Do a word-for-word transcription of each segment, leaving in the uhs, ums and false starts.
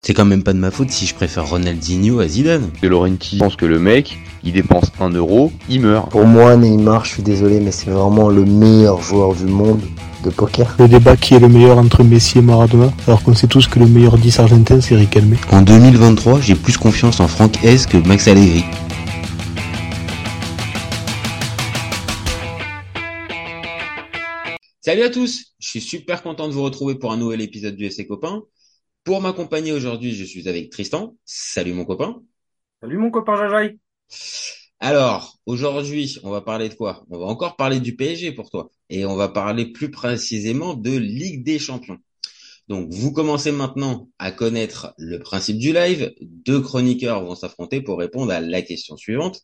C'est quand même pas de ma faute si je préfère Ronaldinho à Zidane. De Laurenti pense que le mec, il dépense un euro, il meurt. Pour moi, Neymar, je suis désolé, mais c'est vraiment le meilleur joueur du monde de poker. Le débat qui est le meilleur entre Messi et Maradona, alors qu'on sait tous que le meilleur dix argentin, c'est Riquelme. En deux mille vingt-trois, j'ai plus confiance en Franck Hez que Max Allegri. Salut à tous, je suis super content de vous retrouver pour un nouvel épisode du F C Copain. Pour m'accompagner aujourd'hui, je suis avec Tristan. Salut mon copain. Salut mon copain Jajaï. Alors, aujourd'hui, on va parler de quoi? On va encore parler du P S G pour toi. Et on va parler plus précisément de Ligue des Champions. Donc, vous commencez maintenant à connaître le principe du live. Deux chroniqueurs vont s'affronter pour répondre à la question suivante.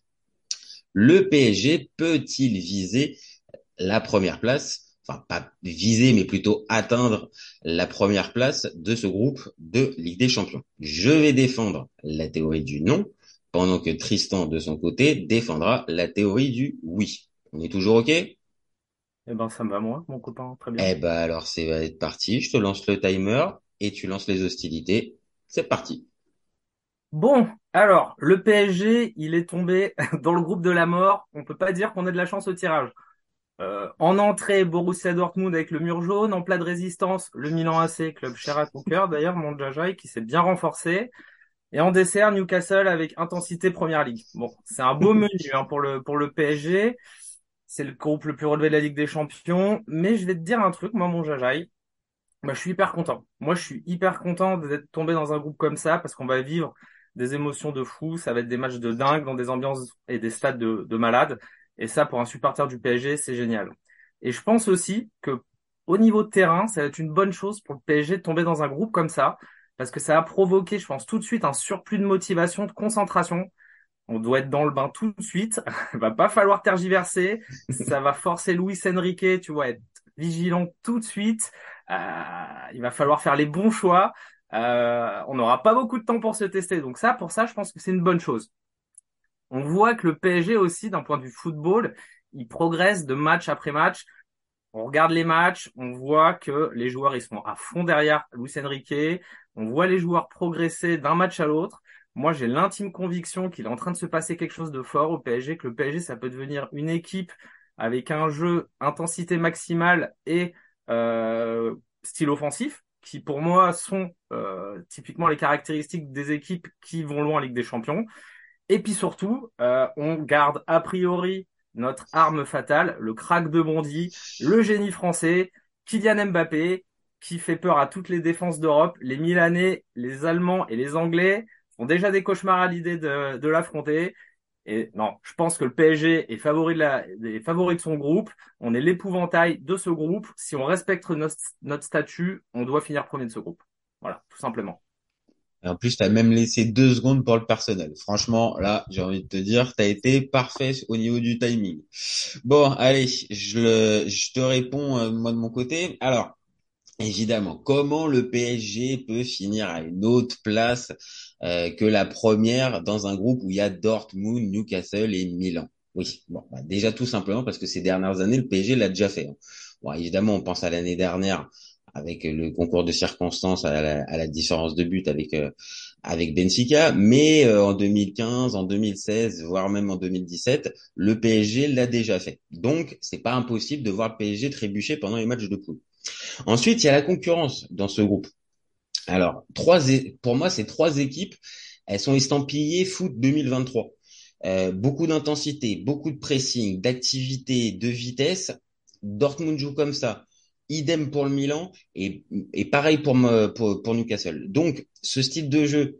Le P S G peut-il viser la première place? Enfin, pas viser, mais plutôt atteindre la première place de ce groupe de Ligue des Champions. Je vais défendre la théorie du non, pendant que Tristan, de son côté, défendra la théorie du oui. On est toujours OK? Eh ben, ça me va moi, mon copain, très bien. Eh ben, alors, c'est parti. Je te lance le timer et tu lances les hostilités. C'est parti. Bon, alors, le P S G, il est tombé dans le groupe de la mort. On peut pas dire qu'on a de la chance au tirage. Euh, en entrée, Borussia Dortmund avec le mur jaune. En plat de résistance, le Milan A C, club cher à ton cœur d'ailleurs, mon Jajaï, qui s'est bien renforcé. Et en dessert, Newcastle avec intensité Première Ligue. Bon, c'est un beau menu hein, pour le pour le P S G. C'est le groupe le plus relevé de la Ligue des Champions. Mais je vais te dire un truc, moi, mon Jajaï. Bah, je suis hyper content. Moi, je suis hyper content d'être tombé dans un groupe comme ça parce qu'on va vivre des émotions de fou. Ça va être des matchs de dingue dans des ambiances et des stades de, de malades. Et ça, pour un supporter du P S G, c'est génial. Et je pense aussi que au niveau de terrain, ça va être une bonne chose pour le P S G de tomber dans un groupe comme ça parce que ça a provoqué, je pense, tout de suite un surplus de motivation, de concentration. On doit être dans le bain tout de suite. Il va pas falloir tergiverser. Ça va forcer Luis Enrique, tu vois, à être vigilant tout de suite. Euh, il va falloir faire les bons choix. Euh, on n'aura pas beaucoup de temps pour se tester. Donc ça, pour ça, je pense que c'est une bonne chose. On voit que le P S G aussi, d'un point de vue football, il progresse de match après match. On regarde les matchs, on voit que les joueurs, ils sont à fond derrière Luis Enrique. On voit les joueurs progresser d'un match à l'autre. Moi, j'ai l'intime conviction qu'il est en train de se passer quelque chose de fort au P S G, que le P S G, ça peut devenir une équipe avec un jeu intensité maximale et euh, style offensif, qui pour moi sont euh, typiquement les caractéristiques des équipes qui vont loin en Ligue des Champions. Et puis surtout, euh, on garde a priori notre arme fatale, le crack de Bondy, le génie français, Kylian Mbappé, qui fait peur à toutes les défenses d'Europe. Les Milanais, les Allemands et les Anglais ont déjà des cauchemars à l'idée de, de l'affronter. Et non, je pense que le P S G est favori de, la, est favori de son groupe. On est l'épouvantail de ce groupe. Si on respecte notre, notre statut, on doit finir premier de ce groupe. Voilà, tout simplement. Et en plus, t'as même laissé deux secondes pour le personnel. Franchement, là, j'ai envie de te dire, t'as été parfait au niveau du timing. Bon, allez, je, je te réponds euh, moi de mon côté. Alors, évidemment, comment le P S G peut finir à une autre place euh, que la première dans un groupe où il y a Dortmund, Newcastle et Milan? Oui, bon, bah déjà tout simplement parce que ces dernières années, le P S G l'a déjà fait. Hein. Bon, évidemment, on pense à l'année dernière avec le concours de circonstances, à la, à la différence de but avec euh, avec Benfica, mais euh, en deux mille quinze, en deux mille seize, voire même en deux mille dix-sept, le P S G l'a déjà fait. Donc, c'est pas impossible de voir le P S G trébucher pendant les matchs de poule. Ensuite, il y a la concurrence dans ce groupe. Alors, trois, pour moi, ces trois équipes, elles sont estampillées foot deux mille vingt-trois. Euh, beaucoup d'intensité, beaucoup de pressing, d'activité, de vitesse. Dortmund joue comme ça. Idem pour le Milan et, et pareil pour, pour, pour Newcastle. Donc, ce style de jeu,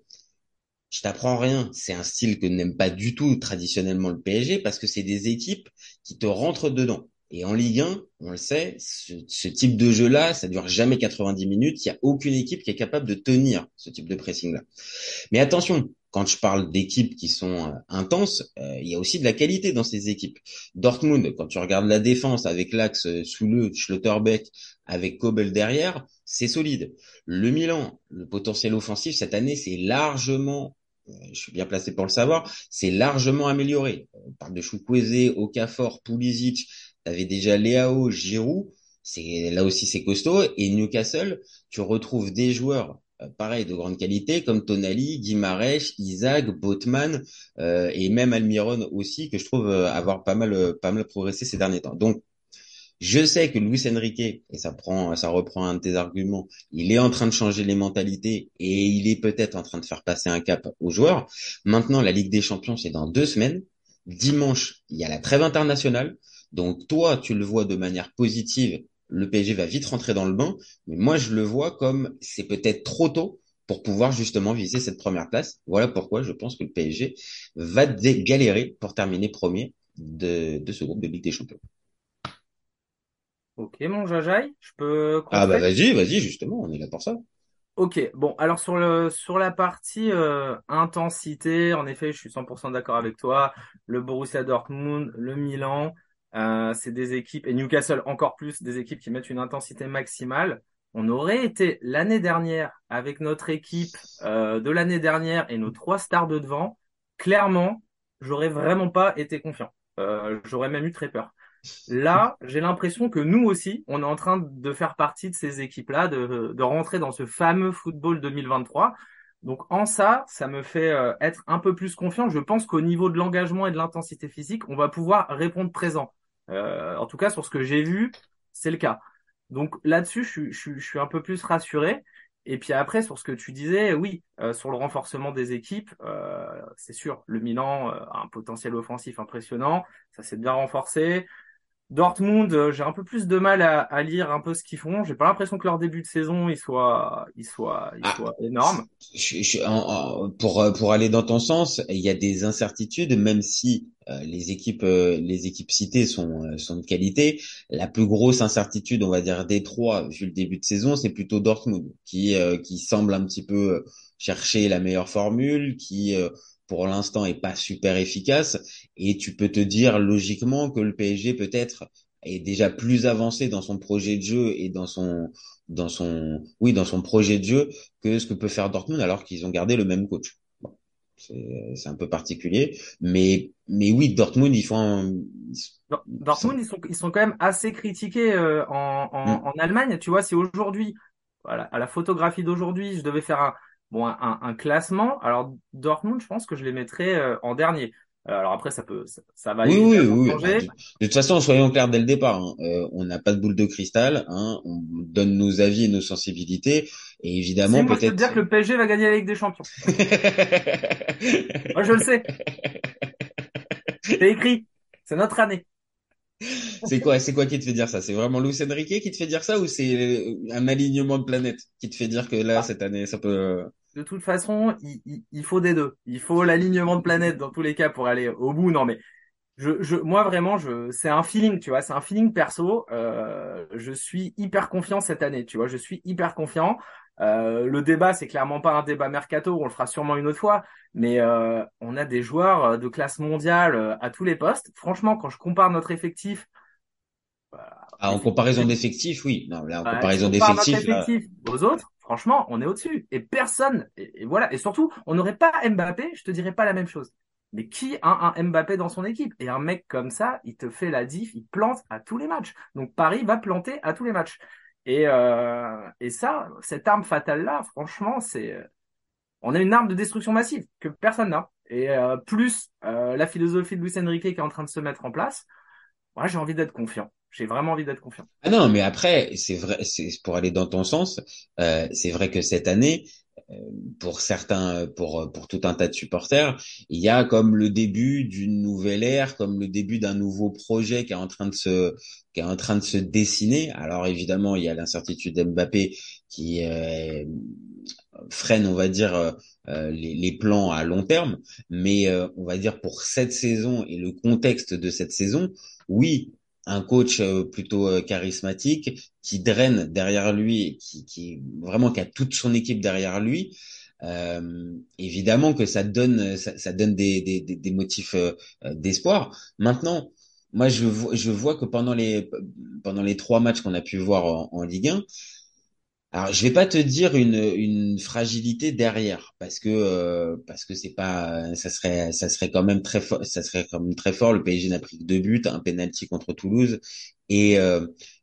je t'apprends rien. C'est un style que n'aime pas du tout traditionnellement le P S G parce que c'est des équipes qui te rentrent dedans. Et en Ligue un, on le sait, ce, ce type de jeu-là, ça dure jamais quatre-vingt-dix minutes. Il n'y a aucune équipe qui est capable de tenir ce type de pressing-là. Mais attention, quand je parle d'équipes qui sont euh, intenses, euh, il y a aussi de la qualité dans ces équipes. Dortmund, quand tu regardes la défense avec l'axe euh, Soule, Schlotterbeck, avec Kobel derrière, c'est solide. Le Milan, le potentiel offensif cette année, c'est largement je suis bien placé pour le savoir, c'est largement amélioré. On parle de Chukwueze, Okafor, Pulisic, t'avais déjà Leao, Giroud, c'est là aussi c'est costaud. Et Newcastle, tu retrouves des joueurs euh, pareil, de grande qualité, comme Tonali, Guimarães, Isaac, Botman, euh, et même Almiron aussi, que je trouve euh, avoir pas mal, euh, pas mal progressé ces derniers temps. Donc, je sais que Luis Enrique, et ça prend, ça reprend un de tes arguments, il est en train de changer les mentalités et il est peut-être en train de faire passer un cap aux joueurs. Maintenant, la Ligue des Champions, c'est dans deux semaines. Dimanche, il y a la trêve internationale. Donc, toi, tu le vois de manière positive. Le P S G va vite rentrer dans le bain. Mais moi, je le vois comme c'est peut-être trop tôt pour pouvoir justement viser cette première place. Voilà pourquoi je pense que le P S G va dé- galérer pour terminer premier de, de ce groupe de Ligue des Champions. Ok, mon Jajaï, je peux Ah bah contrer? vas-y, vas-y, justement, on est là pour ça. Ok, bon, alors sur le sur la partie euh, intensité, en effet, je suis cent pour cent d'accord avec toi. Le Borussia Dortmund, le Milan, euh, c'est des équipes, et Newcastle encore plus, des équipes qui mettent une intensité maximale. On aurait été l'année dernière avec notre équipe euh, de l'année dernière et nos trois stars de devant. Clairement, j'aurais vraiment pas été confiant. Euh, j'aurais même eu très peur. Là, j'ai l'impression que nous aussi, on est en train de faire partie de ces équipes-là, de, de rentrer dans ce fameux football deux mille vingt-trois. Donc en ça, ça me fait euh, être un peu plus confiant. Je pense qu'au niveau de l'engagement et de l'intensité physique, on va pouvoir répondre présent. Euh, en tout cas, sur ce que j'ai vu, c'est le cas. Donc là-dessus, je, suis- je, suis- je suis un peu plus rassuré. Et puis après, sur ce que tu disais, oui, euh, sur le renforcement des équipes, euh, c'est sûr, le Milan euh, a un potentiel offensif impressionnant, ça s'est bien renforcé. Dortmund, euh, j'ai un peu plus de mal à, à lire un peu ce qu'ils font. J'ai pas l'impression que leur début de saison il soit, il soit, il Ah, soit énorme. je, je- en- en- pour euh, pour aller dans ton sens, il y a des incertitudes, même si euh, les équipes euh, les équipes citées sont euh, sont de qualité. La plus grosse incertitude, on va dire des trois, vu le début de saison, c'est plutôt Dortmund qui euh, qui semble un petit peu euh, chercher la meilleure formule, qui euh, pour l'instant est pas super efficace. Et tu peux te dire logiquement que le P S G peut-être est déjà plus avancé dans son projet de jeu et dans son dans son oui dans son projet de jeu que ce que peut faire Dortmund alors qu'ils ont gardé le même coach. Bon, c'est c'est un peu particulier, mais mais oui, Dortmund ils font un, Dor- ils sont- Dortmund, ils sont, ils sont quand même assez critiqués euh, en, en, en hmm. Allemagne. Tu vois, si aujourd'hui, voilà, à la photographie d'aujourd'hui, je devais faire un, bon, un, un- un classement, alors Dortmund, je pense que je les mettrais euh, en dernier. Euh, Alors après, ça peut, ça, ça va Oui, oui, évidemment oui. Bah, de, changer. de toute façon, soyons clairs dès le départ. Hein. Euh, on n'a pas de boule de cristal. Hein. On donne nos avis et nos sensibilités. Et Si, évidemment, moi, je peux te peut-être. dire que le P S G va gagner la Ligue des Champions. Moi, je le sais. C'est écrit. C'est notre année. C'est quoi, c'est quoi qui te fait dire ça? C'est vraiment Luis Enrique qui te fait dire ça ou c'est euh, un alignement de planètes qui te fait dire que là, cette année, ça peut... euh, De toute façon, il, il- il faut des deux. Il faut l'alignement de planètes dans tous les cas pour aller au bout. Non, mais je, je, moi vraiment, je, c'est un feeling, tu vois, c'est un feeling perso. Euh, je suis hyper confiant cette année, tu vois, je suis hyper confiant. Euh, le débat, c'est clairement pas un débat mercato, on le fera sûrement une autre fois, mais euh, on a des joueurs euh, de classe mondiale euh, à tous les postes. Franchement, quand je compare notre effectif, Ah, en comparaison l'effectif d'effectifs, oui. Non, là, en euh, je comparaison compare notre d'effectifs, là... effectif aux autres, franchement, on est au-dessus. Et personne, et, et voilà. Et surtout, on n'aurait pas Mbappé, je te dirais pas la même chose. Mais qui a un Mbappé dans son équipe? Et un mec comme ça, il te fait la diff, il plante à tous les matchs. Donc Paris va planter à tous les matchs. Et, euh, et ça, cette arme fatale-là, franchement, c'est, on a une arme de destruction massive que personne n'a. Et euh, plus euh, la philosophie de Luis Enrique qui est en train de se mettre en place, moi j'ai envie d'être confiant. J'ai vraiment envie d'être confiant. Ah non, mais après, c'est vrai, c'est pour aller dans ton sens, euh, c'est vrai que cette année, euh, pour certains, pour pour tout un tas de supporters, il y a comme le début d'une nouvelle ère, comme le début d'un nouveau projet qui est en train de se qui est en train de se dessiner. Alors évidemment, il y a l'incertitude d'Mbappé qui euh, freine, on va dire, euh, euh, les, les plans à long terme, mais euh, on va dire pour cette saison et le contexte de cette saison, oui, un coach euh, plutôt euh, charismatique qui draine derrière lui, qui, qui vraiment qui a toute son équipe derrière lui. Euh, évidemment que ça donne ça, ça donne des, des, des, des motifs euh, euh, d'espoir. Maintenant, moi je vois, je vois que pendant les pendant les trois matchs qu'on a pu voir en, en Ligue un, alors, je vais pas te dire une, une fragilité derrière parce que euh, parce que c'est pas ça serait ça serait quand même très fort ça serait quand même très fort. Le P S G n'a pris que deux buts, un penalty contre Toulouse et euh,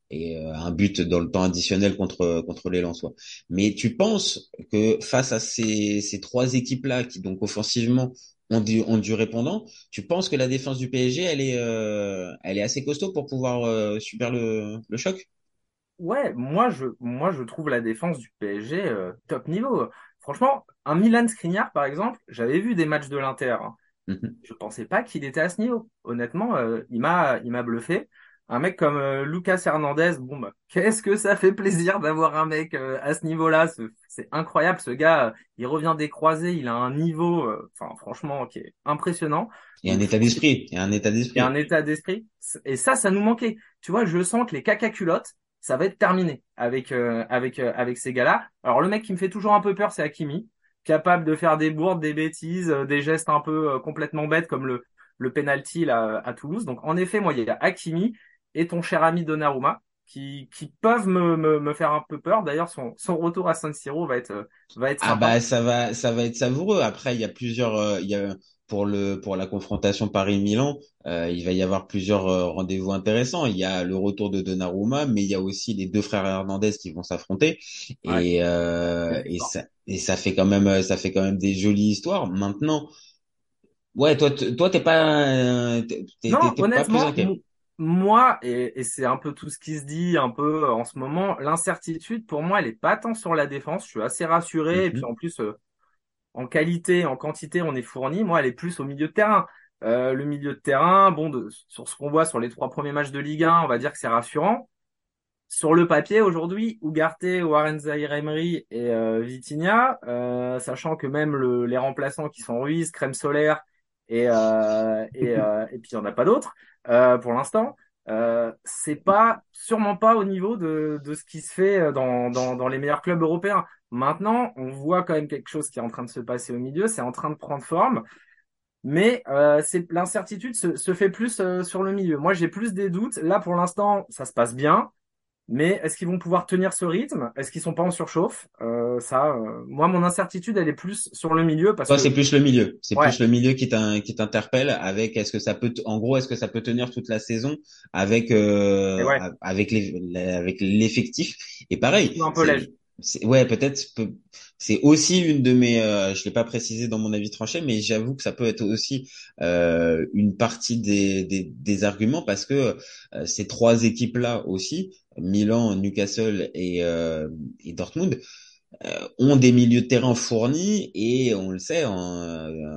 et euh, un but dans le temps additionnel contre contre les Lensois. Mais tu penses que face à ces ces trois équipes-là qui donc offensivement ont du ont du répondant, tu penses que la défense du P S G elle est euh, elle est assez costaud pour pouvoir euh, subir le le choc? Ouais, moi je, moi je trouve la défense du P S G euh, top niveau. Franchement, un Milan Skriniar par exemple, j'avais vu des matchs de l'Inter, hein. Mhm. Je pensais pas qu'il était à ce niveau. Honnêtement, euh, il m'a, il m'a bluffé. Un mec comme euh, Lucas Hernandez, bon bah, qu'est-ce que ça fait plaisir d'avoir un mec euh, à ce niveau-là. Ce- C'est incroyable, ce gars. euh, il revient des croisés, il a un niveau, euh, enfin franchement, qui est impressionnant. Il y a un Donc état d'esprit, il y a un état et un d'esprit. état d'esprit. Et ça, ça nous manquait. Tu vois, je sens que les caca culottes, ça va être terminé avec euh, avec euh, avec ces gars-là. Alors le mec qui me fait toujours un peu peur, c'est Hakimi, capable de faire des bourdes, des bêtises, euh, des gestes un peu euh, complètement bêtes comme le le penalty là à Toulouse. Donc en effet, moi il y a Hakimi et ton cher ami Donnarumma qui qui peuvent me me, me faire un peu peur. D'ailleurs son son retour à San Siro va être euh, va être Ah sympa. bah ça va ça va être savoureux. Après il y a plusieurs euh, il y a pour le pour la confrontation Paris-Milan, euh, il va y avoir plusieurs euh, rendez-vous intéressants. Il y a le retour de Donnarumma, mais il y a aussi les deux frères Hernandez qui vont s'affronter Ouais, et euh, belle et histoire. ça et ça fait quand même ça fait quand même des jolies histoires. Maintenant, ouais, toi t- toi t'es pas euh, t'es t'es t'es Non, t'es pas plus honnêtement, inquiet. mo- moi, et, et c'est un peu tout ce qui se dit un peu euh, en ce moment, l'incertitude, pour moi, elle est pas tant sur la défense. Je suis assez rassuré. Et puis Mhm. en plus, euh, en qualité, en quantité, on est fourni. Moi, elle est plus au milieu de terrain. Euh, le milieu de terrain, bon, de, sur ce qu'on voit sur les trois premiers matchs de Ligue un, on va dire que c'est rassurant. Sur le papier, aujourd'hui, Ugarte, Warren Zaïre-Emery et euh, Vitinha, euh, sachant que même le, les remplaçants qui sont Ruiz, Crème Solaire et euh, et, euh, et puis il n'y en a pas d'autres euh, pour l'instant, euh, c'est pas sûrement pas au niveau de de ce qui se fait dans dans dans les meilleurs clubs européens. Maintenant, on voit quand même quelque chose qui est en train de se passer au milieu, c'est en train de prendre forme, mais euh, c'est l'incertitude se, se fait plus euh, sur le milieu. Moi, j'ai plus des doutes. Là, pour l'instant, ça se passe bien. Mais est-ce qu'ils vont pouvoir tenir ce rythme? Est-ce qu'ils sont pas en surchauffe? Euh, ça, euh, moi, mon incertitude, elle est plus sur le milieu parce Toi, que, c'est plus le milieu. C'est ouais, plus le milieu qui t'in- qui t'interpelle avec est-ce que ça peut, t- en gros, est-ce que ça peut tenir toute la saison avec et euh, ouais, a- avec les, la- avec l'effectif. Et je pareil, suis un peu c'est, léger. c'est ouais, peut-être, peu- c'est aussi une de mes, euh, je l'ai pas précisé dans mon avis tranché, mais j'avoue que ça peut être aussi euh, une partie des, des des arguments parce que euh, ces trois équipes-là aussi, Milan, Newcastle et euh, et Dortmund euh, ont des milieux de terrain fournis et on le sait en, euh,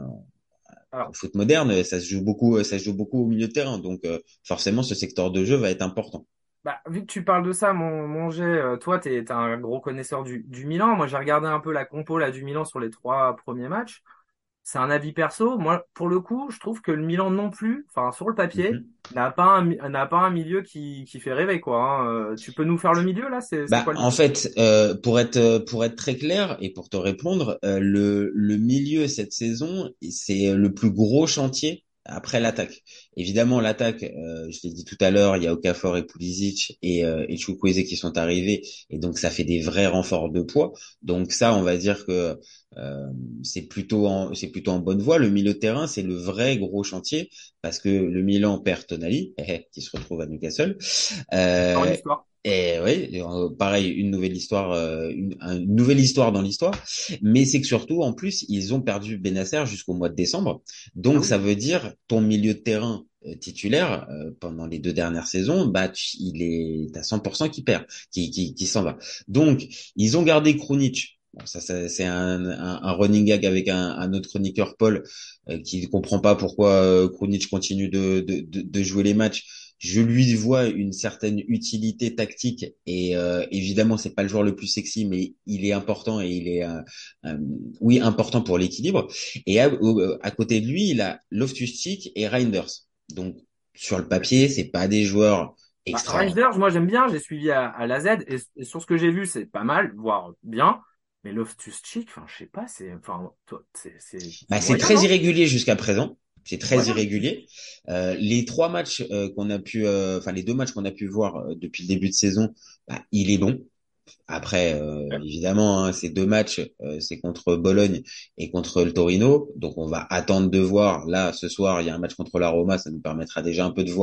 en Alors, foot moderne, ça se joue beaucoup, ça se joue beaucoup au milieu de terrain, donc euh, forcément ce secteur de jeu va être important. bah, vu que tu parles de ça, mon, mon Jet, euh, toi, t'es, t'es un gros connaisseur du, du Milan. Moi, j'ai regardé un peu la compo là du Milan sur les trois premiers matchs. C'est un avis perso. Moi, pour le coup, je trouve que le Milan non plus, enfin sur le papier, Mhm. n'a pas un, mi- n'a pas un milieu qui, qui fait rêver quoi, hein. Euh, tu peux nous faire le milieu là? C'est, c'est Bah, quoi le en milieu? fait, euh, pour être euh, pour être très clair et pour te répondre, euh, le le milieu cette saison, c'est le plus gros chantier après l'attaque. Évidemment, l'attaque, euh, je l'ai dit tout à l'heure, il y a Okafor et Pulisic et euh, et Chukwueze qui sont arrivés et donc ça fait des vrais renforts de poids. Donc ça, on va dire que euh, c'est plutôt en c'est plutôt en bonne voie. Le milieu de terrain, c'est le vrai gros chantier parce que le Milan perd Tonali, qui se retrouve à Newcastle. Encore une Euh, histoire. et oui, euh, pareil, une nouvelle histoire, euh, une, une nouvelle histoire dans l'histoire. Mais c'est que surtout, en plus, ils ont perdu Benacer jusqu'au mois de décembre. Ah Donc, oui. ça veut dire ton milieu de terrain euh, titulaire euh, pendant les deux dernières saisons, bah, tu- il est à cent pour cent qui perd, qui, qui, qui s'en va. Donc, ils ont gardé Krunic. Bon, ça, ça c'est un, un, un running gag avec un, un autre chroniqueur, Paul, euh, qui ne comprend pas pourquoi euh, Krunic continue de, de, de, de jouer les matchs. Je lui vois une certaine utilité tactique et euh, évidemment c'est pas le joueur le plus sexy mais il est important et il est euh, euh, oui important pour l'équilibre et à, au- à côté de lui il a Loftus-Cheek et Reinders donc sur le papier c'est pas des joueurs Bah, extra. Rangers, moi j'aime bien, j'ai suivi à, à la Z et, et sur ce que j'ai vu, c'est pas mal, voire bien. Mais Loftus-Cheek, enfin, je sais pas, c'est, enfin, toi, c'est, c'est, Bah, c'est c'est moyen, très non? irrégulier jusqu'à présent. C'est C'est très moyen, irrégulier. Loftus-Cheek. Euh, les trois matchs euh, qu'on a pu, euh, enfin les deux matchs qu'on a pu voir euh, depuis le début de saison, bah, il est bon. Après, euh, Ouais. évidemment, hein, ces deux matchs, euh, c'est contre Bologne et contre le Torino. Donc, on va attendre de voir. Là, ce soir, il y a un match contre la Roma. Ça nous permettra déjà un peu de voir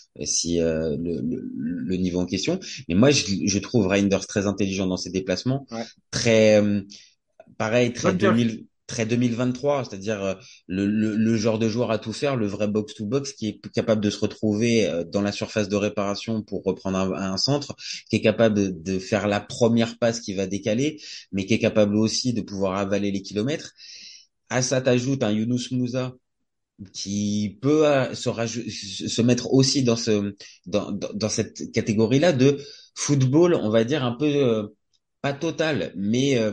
euh, si euh, le, le, le niveau en question. Mais moi, je, je trouve Reinders très intelligent dans ses déplacements, Ouais. très euh, pareil, très Bonne pioche. deux mille, très deux mille vingt-trois, c'est-à-dire euh, le, le, le genre de joueur à tout faire, le vrai box-to-box qui est capable de se retrouver euh, dans la surface de réparation pour reprendre un, un centre, qui est capable de, de faire la première passe qui va décaler, mais qui est capable aussi de pouvoir avaler les kilomètres. À ça, t'ajoutes un Younous Moussa qui peut euh, se, rajou- se mettre aussi dans ce dans, dans, dans cette catégorie-là de football, on va dire un peu euh, pas total, mais euh,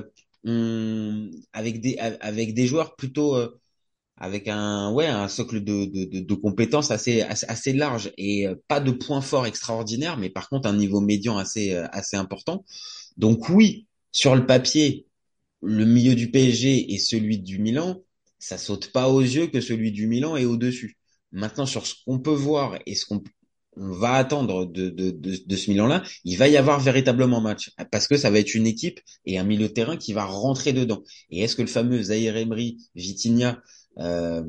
on- avec des avec des joueurs plutôt euh, avec un ouais un socle de de, de, de compétences assez, assez assez large et euh, pas de points forts extraordinaires, mais par contre un niveau médian assez euh, assez important. Donc oui, sur le papier, le milieu du P S G et celui du Milan, ça saute pas aux yeux que celui du Milan est au-dessus. Maintenant, sur ce qu'on peut voir et ce qu'on on va attendre de, de, de, de ce Milan-là, il va y avoir véritablement match parce que ça va être une équipe et un milieu de terrain qui va rentrer dedans. Et est-ce que le fameux Zahir Emery, Vitinha euh,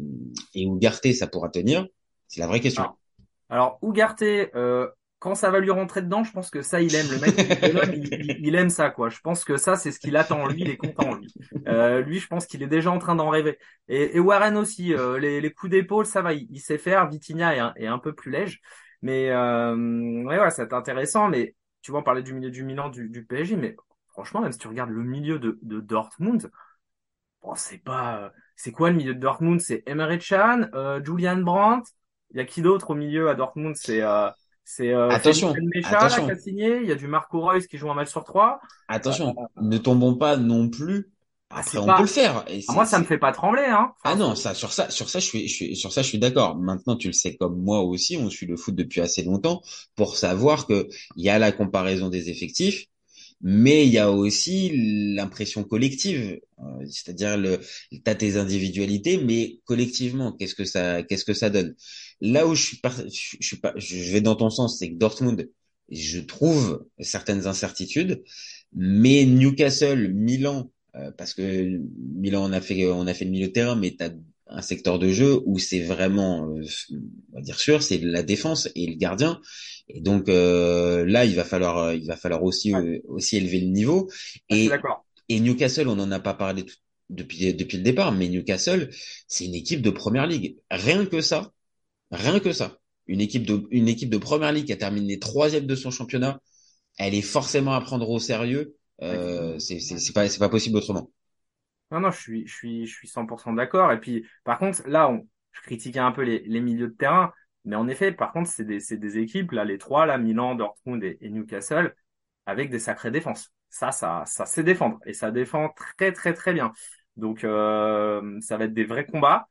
et Ugarte, ça pourra tenir? C'est la vraie question. Alors, alors Ugarte, euh, quand ça va lui rentrer dedans, je pense que ça, il aime. Le mec, il, bonhomme, il, il- il aime ça, quoi. Je pense que ça, c'est ce qu'il attend. Lui, il est content, lui. Euh, lui, je pense qu'il est déjà en train d'en rêver. Et, et Warren aussi, euh, les, les coups d'épaule, ça va, il, il sait faire. Vitinha est un, est un peu plus léger. Mais euh, ouais, ouais, c'est intéressant. Mais tu vois, on parlait du milieu du Milan, du, du P S G, mais franchement, même si tu regardes le milieu de, de Dortmund, bon, c'est pas, euh, c'est quoi le milieu de Dortmund? C'est Emre Can, euh, Julian Brandt. Il y a qui d'autre au milieu à Dortmund? C'est euh, c'est euh, Felipe Attention, Mecha là qui a attention. signé. Il y a du Marco Reus qui joue un match sur trois. Euh, Attention, ne tombons pas non plus. ah, Après, c'est on peut le pas. faire. Et Ah, c'est, moi, ça me c'est... fait pas trembler, hein. Ah Enfin, non, c'est- ça, sur ça, sur ça, je suis, je suis, sur ça, je suis d'accord. Maintenant, tu le sais comme moi aussi, on suit le foot depuis assez longtemps pour savoir que il y a la comparaison des effectifs, mais il y a aussi l'impression collective. Euh, C'est-à-dire le, t'as tes individualités, mais collectivement, qu'est-ce que ça, qu'est-ce que ça donne? Là où je suis pas, je, je suis pas, je vais dans ton sens, c'est que Dortmund, je trouve certaines incertitudes, mais Newcastle, Milan, euh, parce que Milan, on a fait, on a fait le milieu de terrain, mais t'as un secteur de jeu où c'est vraiment, euh, on va dire sûr, c'est la défense et le gardien. Et donc euh, là, il va falloir, euh, il va falloir aussi ouais, euh, aussi élever le niveau. ah, je suis Et d'accord. et Newcastle, on n'en a pas parlé tout- depuis depuis le départ, mais Newcastle, c'est une équipe de première ligue. Rien que ça, rien que ça, une équipe de une équipe de première ligue qui a terminé troisième de son championnat, elle est forcément à prendre au sérieux. Ouais. Euh, c'est c'est c'est pas c'est pas possible autrement. Non, non, je suis, je suis, je suis cent pour cent d'accord. Et puis, par contre, là, on, je critiquais un peu les, les milieux de terrain, mais en effet, par contre, c'est des, c'est des équipes là, les trois là, Milan, Dortmund et, et Newcastle, avec des sacrées défenses. Ça, ça, ça sait défendre et ça défend très, très, très bien. Donc, euh, ça va être des vrais combats.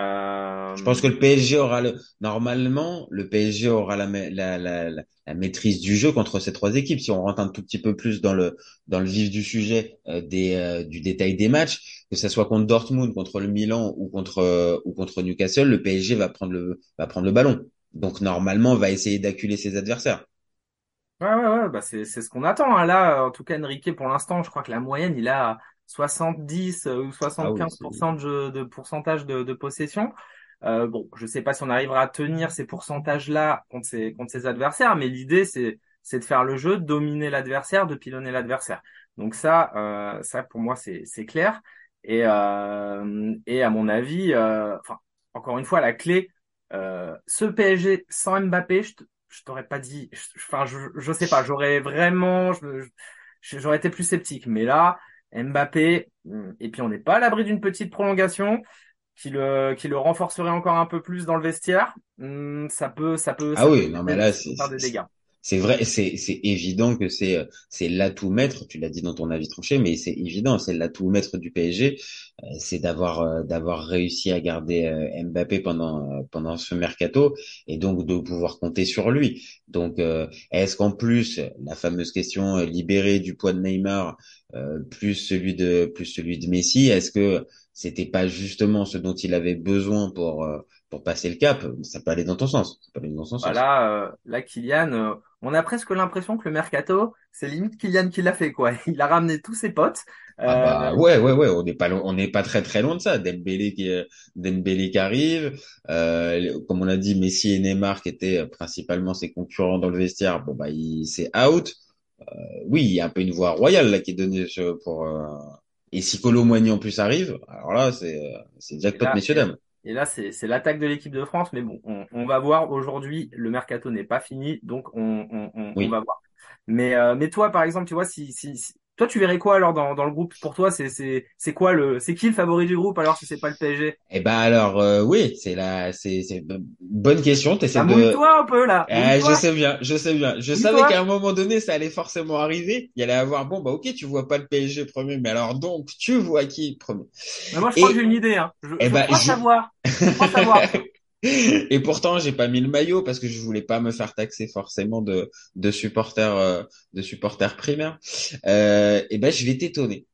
Je pense que Euh, le P S G aura le, normalement, le P S G aura la, ma- la, la, la, la maîtrise du jeu contre ces trois équipes. Si on rentre un tout petit peu plus dans le, dans le vif du sujet, euh, des, euh, du détail des matchs, que ça soit contre Dortmund, contre le Milan ou contre, euh, ou contre Newcastle, le P S G va prendre le, va prendre le ballon. Donc, normalement, va essayer d'acculer ses adversaires. ouais, ouais, ouais, bah c'est, c'est ce qu'on attend, hein. Là, en tout cas, Enrique, pour l'instant, je crois que la moyenne, il a soixante-dix euh, ou Ah oui, c'est, soixante-quinze pour cent de, jeu- de pourcentage de, de possession. Euh, bon, je sais pas si on arrivera à tenir ces pourcentages-là contre ses, contre ses adversaires, mais l'idée, c'est, c'est de faire le jeu, de dominer l'adversaire, de pilonner l'adversaire. Donc ça, euh, ça, pour moi, c'est, c'est clair. Et, euh, et à mon avis, euh, enfin, encore une fois, la clé, euh, ce P S G sans Mbappé, je, te- je t'aurais pas dit, je- enfin, je, je sais pas, j'aurais vraiment, je- je- j'aurais été plus sceptique. Mais là, Mbappé, hum, et puis on n'est pas à l'abri d'une petite prolongation qui le, qui le renforcerait encore un peu plus dans le vestiaire. Hum, ça peut, ça peut, ah ça peut oui, non, mais faire des, là, ça peut c'est, faire des dégâts. c'est vrai, c'est c'est évident que c'est euh, c'est l'atout maître. Tu l'as dit dans ton avis tranché, mais c'est évident, c'est l'atout maître du P S G, euh, c'est d'avoir euh, d'avoir réussi à garder euh, Mbappé pendant euh, pendant ce mercato et donc de pouvoir compter sur lui. Donc, euh, est-ce qu'en plus la fameuse question euh, libérée du poids de Neymar euh, plus celui de plus celui de Messi, est-ce que c'était pas justement ce dont il avait besoin pour euh, pour passer le cap, ça peut aller dans ton sens. Ça peut aller dans ton Bah sens. là, euh, là, Kylian, euh, on a presque l'impression que le mercato, c'est limite Kylian qui l'a fait, quoi. Il a ramené tous ses potes. Ah Euh, bah ouais ouais ouais, on n'est pas lo- on n'est pas très très loin de ça. Dembélé qui euh, Dembélé qui arrive, euh, comme on a dit, Messi et Neymar qui étaient euh, principalement ses concurrents dans le vestiaire. Bon bah il c'est out. Oui, il y a un peu une voie royale là qui est donnée sur- pour euh, et si Kolo Muani en plus arrive, alors là c'est euh, c'est et jackpot là, messieurs et, dames. et là, c'est, c'est l'attaque de l'équipe de France, mais bon, on, on va voir. Aujourd'hui, le mercato n'est pas fini, donc on, on, on, on va Oui. voir. Mais, euh, mais toi, par exemple, tu vois, si, si, si- toi, tu verrais quoi alors dans, dans le groupe? Pour toi, c'est, c'est, c'est quoi le, c'est qui le favori du groupe alors si c'est pas le P S G? Eh ben alors euh, oui, c'est la c'est c'est bonne question. T'essaies Bah, de mouille-toi un peu là, Ah, je mouille-toi, sais bien, je sais bien. Je savais mouille-toi. qu'à un moment donné, ça allait forcément arriver. Il y allait avoir, bon, bah, ok, tu vois pas le P S G premier, mais alors donc, tu vois qui premier? Mais moi, je crois que j'ai Et, une idée, hein. Je, eh je ben, crois je, savoir, je crois savoir. et pourtant, j'ai pas mis le maillot parce que je voulais pas me faire taxer forcément de, de supporters, euh, de supporters primaires. Euh, eh ben, je vais t'étonner.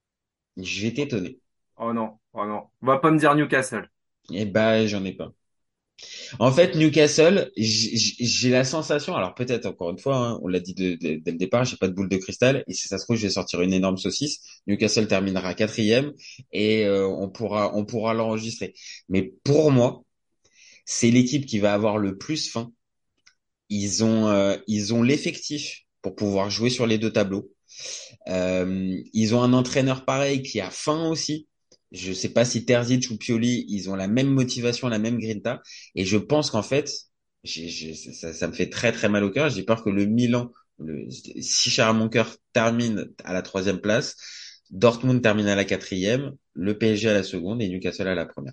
Je vais t'étonner. Oh non, oh non. On va pas me dire Newcastle. Eh ben, j'en ai pas. En fait, Newcastle, j- j- j'ai la sensation, alors peut-être encore une fois, hein, on l'a dit de- de- dès le départ, j'ai pas de boule de cristal, et si ça se trouve, je vais sortir une énorme saucisse. Newcastle terminera quatrième et euh, on pourra, on pourra l'enregistrer. Mais pour moi, c'est l'équipe qui va avoir le plus faim. Ils ont, euh, ils ont l'effectif pour pouvoir jouer sur les deux tableaux. Euh, ils ont un entraîneur pareil qui a faim aussi. Je sais pas si Terzic ou Pioli, ils ont la même motivation, la même grinta. Et je pense qu'en fait, j'ai, j'ai- ça, ça me fait très très mal au cœur. J'ai peur que le Milan, le, si cher à mon cœur, termine à la troisième place. Dortmund termine à la quatrième, le P S G à la seconde et Newcastle à la première.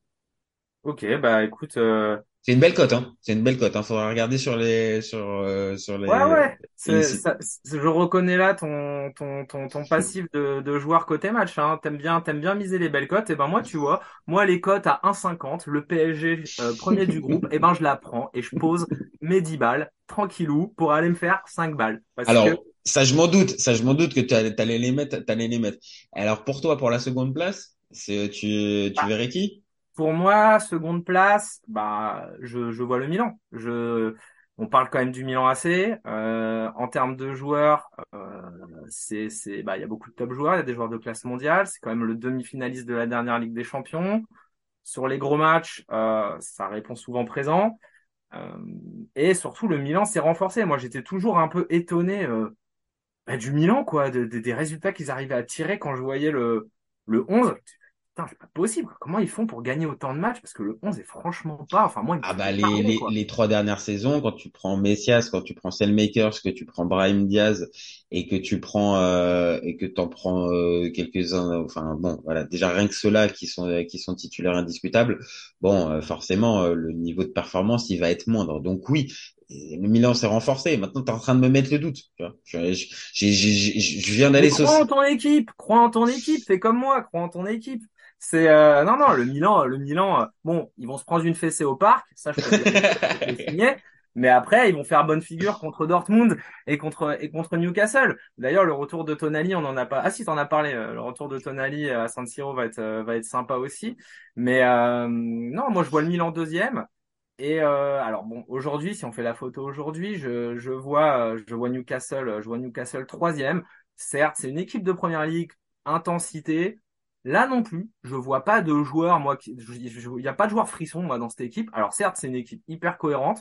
Ok, bah écoute, euh, C'est une belle cote, hein. C'est une belle cote, hein. Faudra regarder sur les sur euh, sur ouais, les ouais, in c'est, situ. ça, c'est- je reconnais là ton, ton, ton, ton passif de, de joueur côté match, hein. T'aimes bien, t'aimes bien miser les belles cotes. Et ben moi, tu vois, moi les cotes à un virgule cinquante, le P S G euh, premier du groupe, et ben je la prends et je pose mes dix balles tranquillou pour aller me faire cinq balles. Parce que Alors, ça, je m'en doute, ça, je m'en doute que tu allais t'allais les mettre, t'allais les mettre. Alors, pour toi, pour la seconde place, c'est, tu, tu bah, verrais qui? pour moi, seconde place, bah, je, je vois le Milan. Je, on parle quand même du Milan A C. Euh, en termes de joueurs, euh, c'est, c'est, bah, il y a beaucoup de top joueurs. Il y a des joueurs de classe mondiale. C'est quand même le demi-finaliste de la dernière Ligue des Champions. Sur les gros matchs, euh, ça répond souvent présent. Euh, et surtout, le Milan s'est renforcé. Moi, j'étais toujours un peu étonné euh, bah, du Milan, quoi, de- de- des résultats qu'ils arrivaient à tirer quand je voyais le, le onze. Putain, c'est pas possible, quoi. Comment ils font pour gagner autant de matchs? Parce que le onze est franchement pas, enfin, moi, il me Ah bah fait les, parler, les, quoi. les trois dernières saisons, quand tu prends Messias, quand tu prends Selmakers, que tu prends Brahim Diaz et que tu prends euh, et que t'en prends euh, quelques-uns, enfin bon, voilà, déjà rien que ceux-là qui sont qui sont titulaires indiscutables, bon, euh, forcément euh, le niveau de performance il va être moindre. Donc oui, le Milan s'est renforcé. Maintenant, t'es en train de me mettre le doute. Tu vois, je, je, j'ai- j'ai- j'ai- je viens Mais d'aller crois en saucer. ton équipe, crois en ton équipe, fais comme moi, crois en ton équipe. C'est euh, non non le Milan, le Milan, euh, bon ils vont se prendre une fessée au parc, ça je peux te le, je peux te le signer. Mais après ils vont faire bonne figure contre Dortmund et contre et contre Newcastle. D'ailleurs le retour de Tonali, on en a pas. Ah si t'en as parlé, euh, le retour de Tonali à San Siro va être euh, va être sympa aussi. Mais euh, non moi je vois le Milan deuxième. Et euh, alors bon aujourd'hui si on fait la photo aujourd'hui, je je vois euh, je vois Newcastle, je vois Newcastle troisième. Certes, c'est une équipe de première ligue, intensité. Là non plus, je vois pas de joueurs, moi, qui- je- je- il n'y a pas de joueurs frissons, moi, dans cette équipe. Alors certes, c'est une équipe hyper cohérente,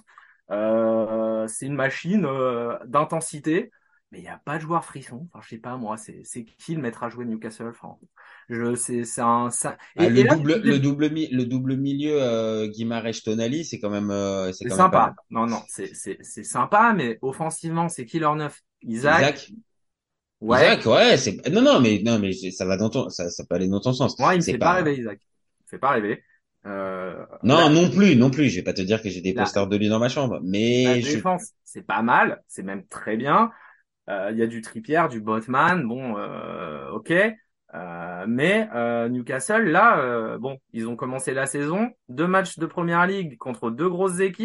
euh, c'est une machine euh, d'intensité, mais il n'y a pas de joueurs frissons. Enfin, je sais pas, moi, c'est c'est qui le mettre à jouer Newcastle? Enfin, je c'est c'est un ça... Ah, et, le et là, tu double, le disais, double, mi- le double milieu euh, Guimarães Tonali, c'est quand même, euh, c'est c'est quand même pas mal. sympa. Non, non, c'est c'est c'est sympa, mais offensivement, c'est qui leur neuf? Isaac, Isaac, ouais. Isaac, ouais, c'est non, non, mais non, mais c'est- ça va dans ton, ça, ça peut aller dans ton sens. Moi, il me C'est fait pas pas, rêver, Isaac. Il me fait pas rêver. Euh, non, la, non plus, non plus. Je vais pas te dire que j'ai des la, posters de lui dans ma chambre, la mais je, défense, c'est pas mal, c'est même très bien. Euh, Il y a du Trippier, du Botman, bon, euh, ok. Euh, mais euh, Newcastle, là, euh, bon, ils ont commencé la saison, deux matchs de première ligue contre deux grosses équipes,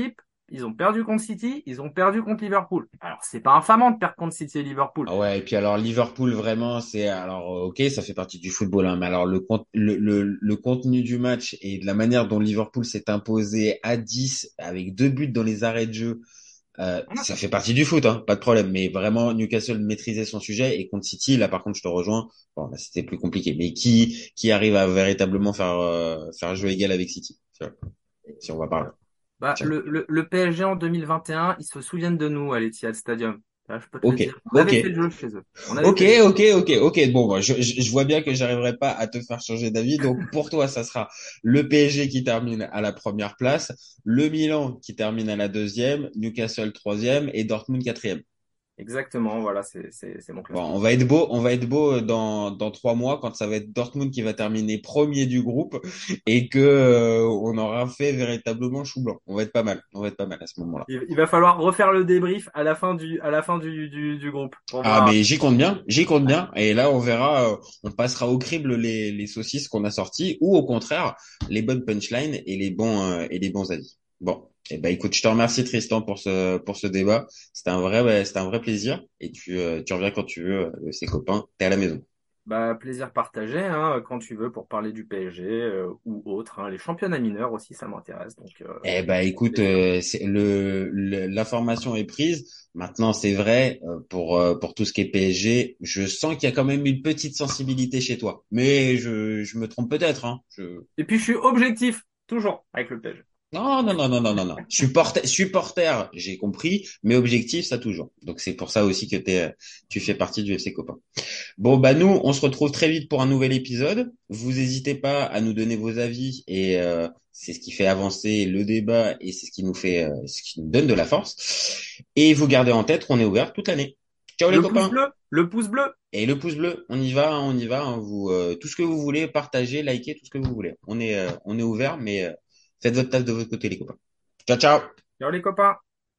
ils ont perdu contre City, ils ont perdu contre Liverpool. Alors, c'est pas infamant de perdre contre City et Liverpool. Ah ouais, et puis alors Liverpool vraiment c'est alors euh, ok ça fait partie du football hein, mais alors le, con- le le le contenu du match et de la manière dont Liverpool s'est imposé à dix avec deux buts dans les arrêts de jeu, euh, ça fait partie du foot hein, pas de problème, mais vraiment Newcastle maîtrisait son sujet et contre City là par contre je te rejoins, bon là c'était plus compliqué, mais qui qui arrive à véritablement faire euh, faire jeu égal avec City, tu vois, si on va parler. Bah, Tiens. le, le, le P S G en deux mille vingt et un, ils se souviennent de nous à l'Etihad Stadium. Là, je peux te le Ok, dire. On avait ok. fait le jeu chez eux. On avait Ok, fait le jeu. ok, ok, ok. Bon, moi, je, je, je vois bien que j'arriverai pas à te faire changer d'avis. Donc, pour toi, ça sera le P S G qui termine à la première place, le Milan qui termine à la deuxième, Newcastle troisième et Dortmund quatrième. Exactement, voilà, c'est, c'est, c'est mon Bon, classement. on va être beau, on va être beau dans dans trois mois quand ça va être Dortmund qui va terminer premier du groupe et que euh, on aura fait véritablement chou blanc. On va être pas mal, on va être pas mal à ce moment-là. Il, il va falloir refaire le débrief à la fin du, à la fin du, du, du groupe pour Ah voir. mais j'y compte bien, j'y compte bien. Et là on verra, euh, on passera au crible les, les saucisses qu'on a sorties ou au contraire les bonnes punchlines et les bons euh, et les bons avis. Bon, et ben écoute, je te remercie Tristan pour ce pour ce débat. C'était un vrai ouais, c'était un vrai plaisir. Et tu euh, tu reviens quand tu veux, euh, ces copains, t'es à la maison. Bah, plaisir partagé, hein, quand tu veux pour parler du P S G euh, ou autre. Hein. Les championnats mineurs aussi, ça m'intéresse. Donc, euh, Eh ben écoute, plaisir. euh, c'est le, le- l'information est prise. Maintenant c'est vrai euh, pour euh, pour tout ce qui est P S G, je sens qu'il y a quand même une petite sensibilité chez toi. Mais je je me trompe peut-être, hein. Je Et puis, je suis objectif, toujours, avec le P S G. Non, non, non, non, non, non, non. Supporter, supporter, j'ai compris, mais objectif, ça toujours. Donc c'est pour ça aussi que t'es, tu fais partie du F C Copain. Bon, bah nous, on se retrouve très vite pour un nouvel épisode. Vous n'hésitez pas à nous donner vos avis et euh, c'est ce qui fait avancer le débat et c'est ce qui nous fait, euh, ce qui nous donne de la force. Et vous gardez en tête qu'on est ouvert toute l'année. Ciao les Le pouce copains. bleu, le pouce bleu. Et le pouce bleu, on y va, hein, on y va. Hein, vous, euh, tout ce que vous voulez, partagez, likez, tout ce que vous voulez. On est, euh, on est ouvert, mais euh, faites votre taf de votre côté, les copains. Ciao, ciao. Ciao les copains.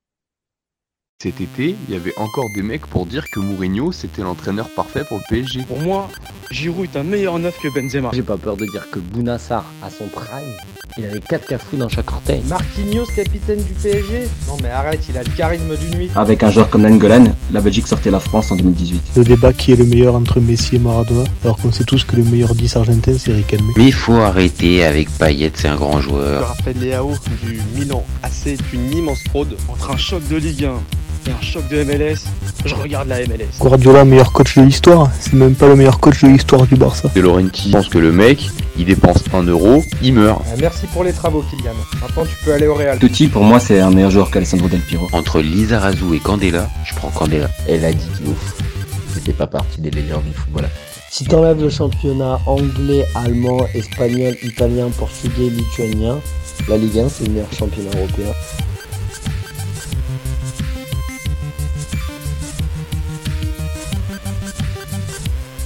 Cet été, il y avait encore des mecs pour dire que Mourinho c'était l'entraîneur parfait pour le P S G. Pour moi, Giroud est un meilleur neuf que Benzema. J'ai pas peur de dire que Bounassar, à son prime, il avait quatre cafous dans chaque orteil. Marquinhos, capitaine du P S G. Non mais arrête, il a le charisme d'une nuit. Avec un joueur comme Nainggolan, la Belgique sortait la France en deux mille dix-huit. Le débat qui est le meilleur entre Messi et Maradona, alors qu'on sait tous que le meilleur dix argentin c'est Riquelme. Mais il faut arrêter avec Payet, c'est un grand joueur. Raphaël Leao du Milan A C est une immense fraude. Entre un choc de Ligue un et un choc de M L S, je regarde la M L S. Guardiola, meilleur coach de l'histoire, c'est même pas le meilleur coach de l'histoire du Barça. De Laurenti pense que le mec, il dépense un euro, il meurt. Ah, merci pour les travaux, Kylian. Maintenant, tu peux aller au Real. Totti, pour moi, c'est un meilleur joueur qu'Alessandro Del Piero. Entre Lizarazu et Candela, je prends Candela. Elle a dit qu'il c'était pas partie des meilleurs du football. Si t'enlèves le championnat anglais, allemand, espagnol, italien, portugais, lituanien, la Ligue un c'est le meilleur championnat européen.